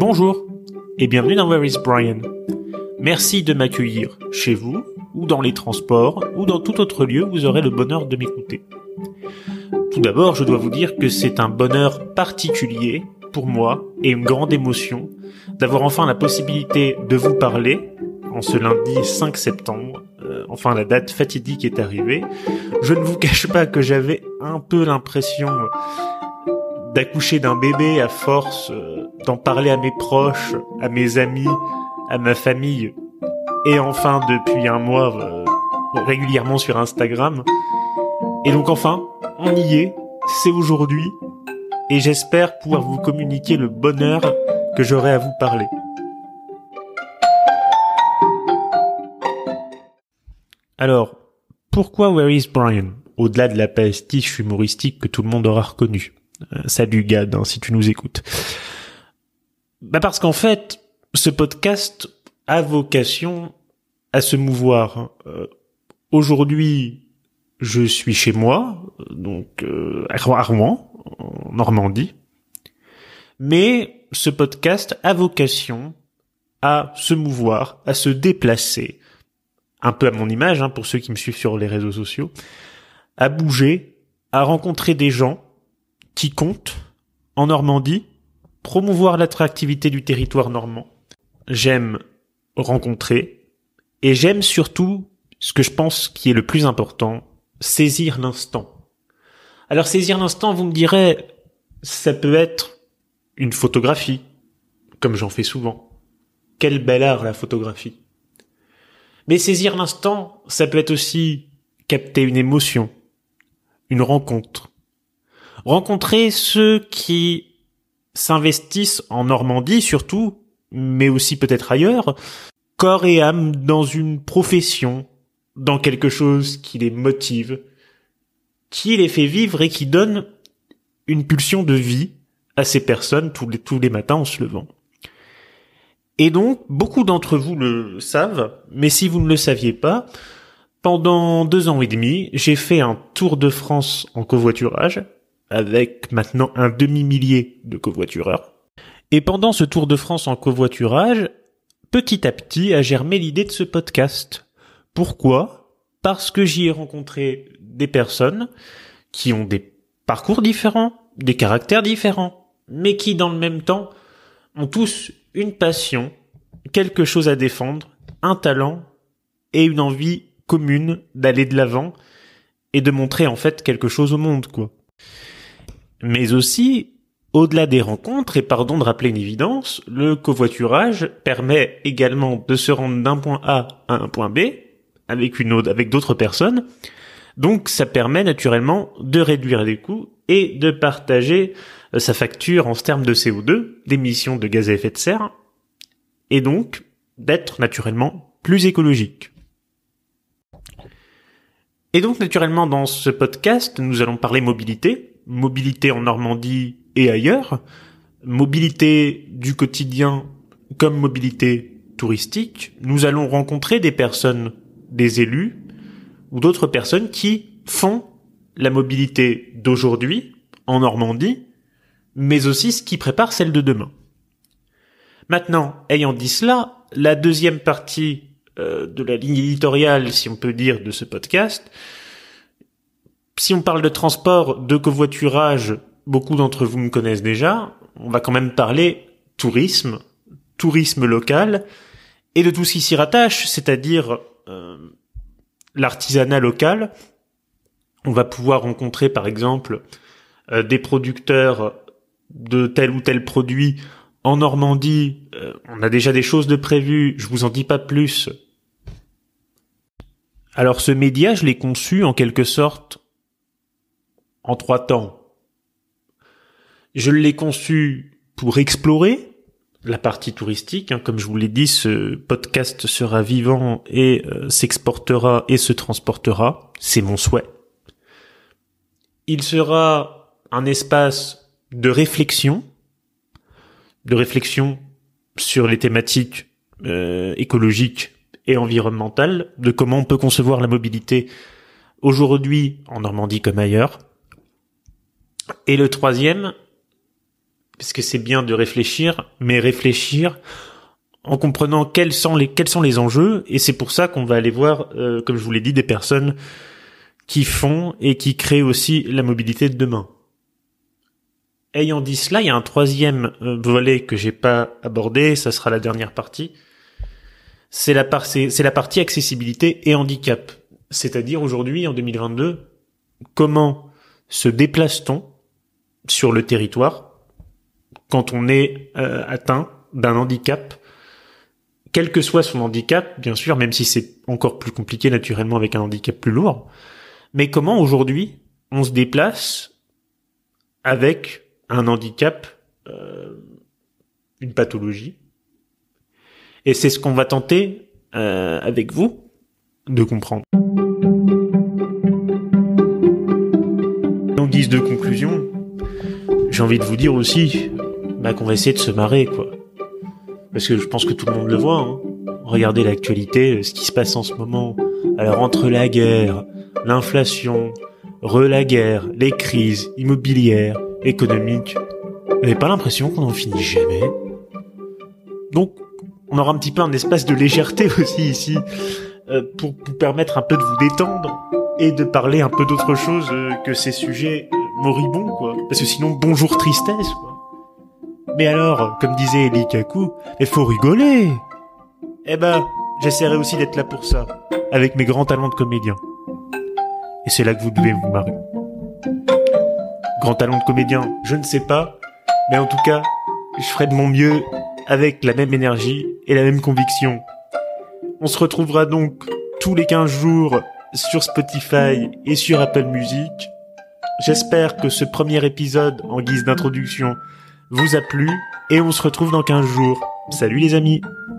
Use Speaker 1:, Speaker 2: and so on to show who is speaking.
Speaker 1: Bonjour et bienvenue dans Where is Brian. Merci de m'accueillir chez vous, ou dans les transports, ou dans tout autre lieu où vous aurez le bonheur de m'écouter. Tout d'abord, je dois vous dire que c'est un bonheur particulier pour moi et une grande émotion d'avoir enfin la possibilité de vous parler en ce lundi 5 septembre. Enfin, la date fatidique est arrivée. Je ne vous cache pas que j'avais un peu l'impression d'accoucher d'un bébé à force d'en parler à mes proches, à mes amis, à ma famille, et enfin depuis un mois régulièrement sur Instagram. Et donc enfin, on y est, c'est aujourd'hui, et j'espère pouvoir vous communiquer le bonheur que j'aurai à vous parler. Alors, pourquoi Where is Brian ? Au-delà de la pastiche humoristique que tout le monde aura reconnu. Salut Gad, si tu nous écoutes. Parce qu'en fait, ce podcast a vocation à se mouvoir. Aujourd'hui, je suis chez moi, donc à Rouen, en Normandie. Mais ce podcast a vocation à se mouvoir, à se déplacer, un peu à mon image, pour ceux qui me suivent sur les réseaux sociaux, à bouger, à rencontrer des gens qui comptent en Normandie, promouvoir l'attractivité du territoire normand. J'aime rencontrer et j'aime surtout, ce que je pense qui est le plus important, saisir l'instant. Alors saisir l'instant, vous me direz, ça peut être une photographie, comme j'en fais souvent. Quel bel art la photographie. Mais saisir l'instant, ça peut être aussi capter une émotion, une rencontre. Rencontrer ceux qui s'investissent en Normandie surtout, mais aussi peut-être ailleurs, corps et âme dans une profession, dans quelque chose qui les motive, qui les fait vivre et qui donne une pulsion de vie à ces personnes tous les matins en se levant. Et donc, beaucoup d'entre vous le savent, mais si vous ne le saviez pas, pendant 2 ans et demi, j'ai fait un tour de France en covoiturage, avec maintenant un demi-millier de covoitureurs. Et pendant ce tour de France en covoiturage, petit à petit a germé l'idée de ce podcast. Pourquoi ? Parce que j'y ai rencontré des personnes qui ont des parcours différents, des caractères différents, mais qui dans le même temps ont tous une passion, quelque chose à défendre, un talent et une envie commune d'aller de l'avant et de montrer en fait quelque chose au monde, quoi. Mais aussi, au-delà des rencontres, et pardon de rappeler une évidence, le covoiturage permet également de se rendre d'un point A à un point B avec d'autres personnes. Donc ça permet naturellement de réduire les coûts et de partager sa facture en termes de CO2, d'émissions de gaz à effet de serre, et donc d'être naturellement plus écologique. Et donc naturellement dans ce podcast, nous allons parler mobilité en Normandie et ailleurs, mobilité du quotidien comme mobilité touristique. Nous allons rencontrer des personnes, des élus ou d'autres personnes qui font la mobilité d'aujourd'hui en Normandie, mais aussi ce qui prépare celle de demain. Maintenant, ayant dit cela, la deuxième partie de la ligne éditoriale, si on peut dire, de ce podcast, si on parle de transport, de covoiturage, beaucoup d'entre vous me connaissent déjà, on va quand même parler tourisme local, et de tout ce qui s'y rattache, c'est-à-dire l'artisanat local. On va pouvoir rencontrer par exemple des producteurs de tel ou tel produit en Normandie. On a déjà des choses de prévues, je vous en dis pas plus. Alors ce média, je l'ai conçu en quelque sorte en 3 temps. Je l'ai conçu pour explorer la partie touristique. Comme je vous l'ai dit, ce podcast sera vivant et s'exportera et se transportera. C'est mon souhait. Il sera un espace de réflexion sur les thématiques écologiques et environnementales, de comment on peut concevoir la mobilité aujourd'hui en Normandie comme ailleurs. Et le troisième, parce que c'est bien de réfléchir, mais réfléchir en comprenant quels sont les enjeux, et c'est pour ça qu'on va aller voir, comme je vous l'ai dit, des personnes qui font et qui créent aussi la mobilité de demain. Ayant dit cela, il y a un troisième volet que j'ai pas abordé, ça sera la dernière partie. C'est la partie accessibilité et handicap. C'est-à-dire aujourd'hui, en 2022, comment se déplace-t-on sur le territoire quand on est atteint d'un handicap, quel que soit son handicap, bien sûr, même si c'est encore plus compliqué naturellement avec un handicap plus lourd. Mais comment aujourd'hui on se déplace avec un handicap, une pathologie. Et c'est ce qu'on va tenter avec vous de comprendre. En guise de conclusion, j'ai envie de vous dire aussi qu'on va essayer de se marrer, quoi. Parce que je pense que tout le monde le voit, hein. Regardez l'actualité, ce qui se passe en ce moment. Alors entre la guerre, l'inflation, la guerre, les crises immobilières, économiques, vous n'avez pas l'impression qu'on en finit jamais? Donc, on aura un petit peu un espace de légèreté aussi ici, pour vous permettre un peu de vous détendre et de parler un peu d'autre chose que ces sujets moribonds, quoi. Parce que sinon, bonjour tristesse, quoi. Mais alors, comme disait Eli Kaku, il faut rigoler. Eh ben, j'essaierai aussi d'être là pour ça, avec mes grands talents de comédien. Et c'est là que vous devez vous marrer. Grand talent de comédien, je ne sais pas, mais en tout cas, je ferai de mon mieux avec la même énergie et la même conviction. On se retrouvera donc tous les 15 jours sur Spotify et sur Apple Music. J'espère que ce premier épisode en guise d'introduction vous a plu et on se retrouve dans 15 jours. Salut les amis!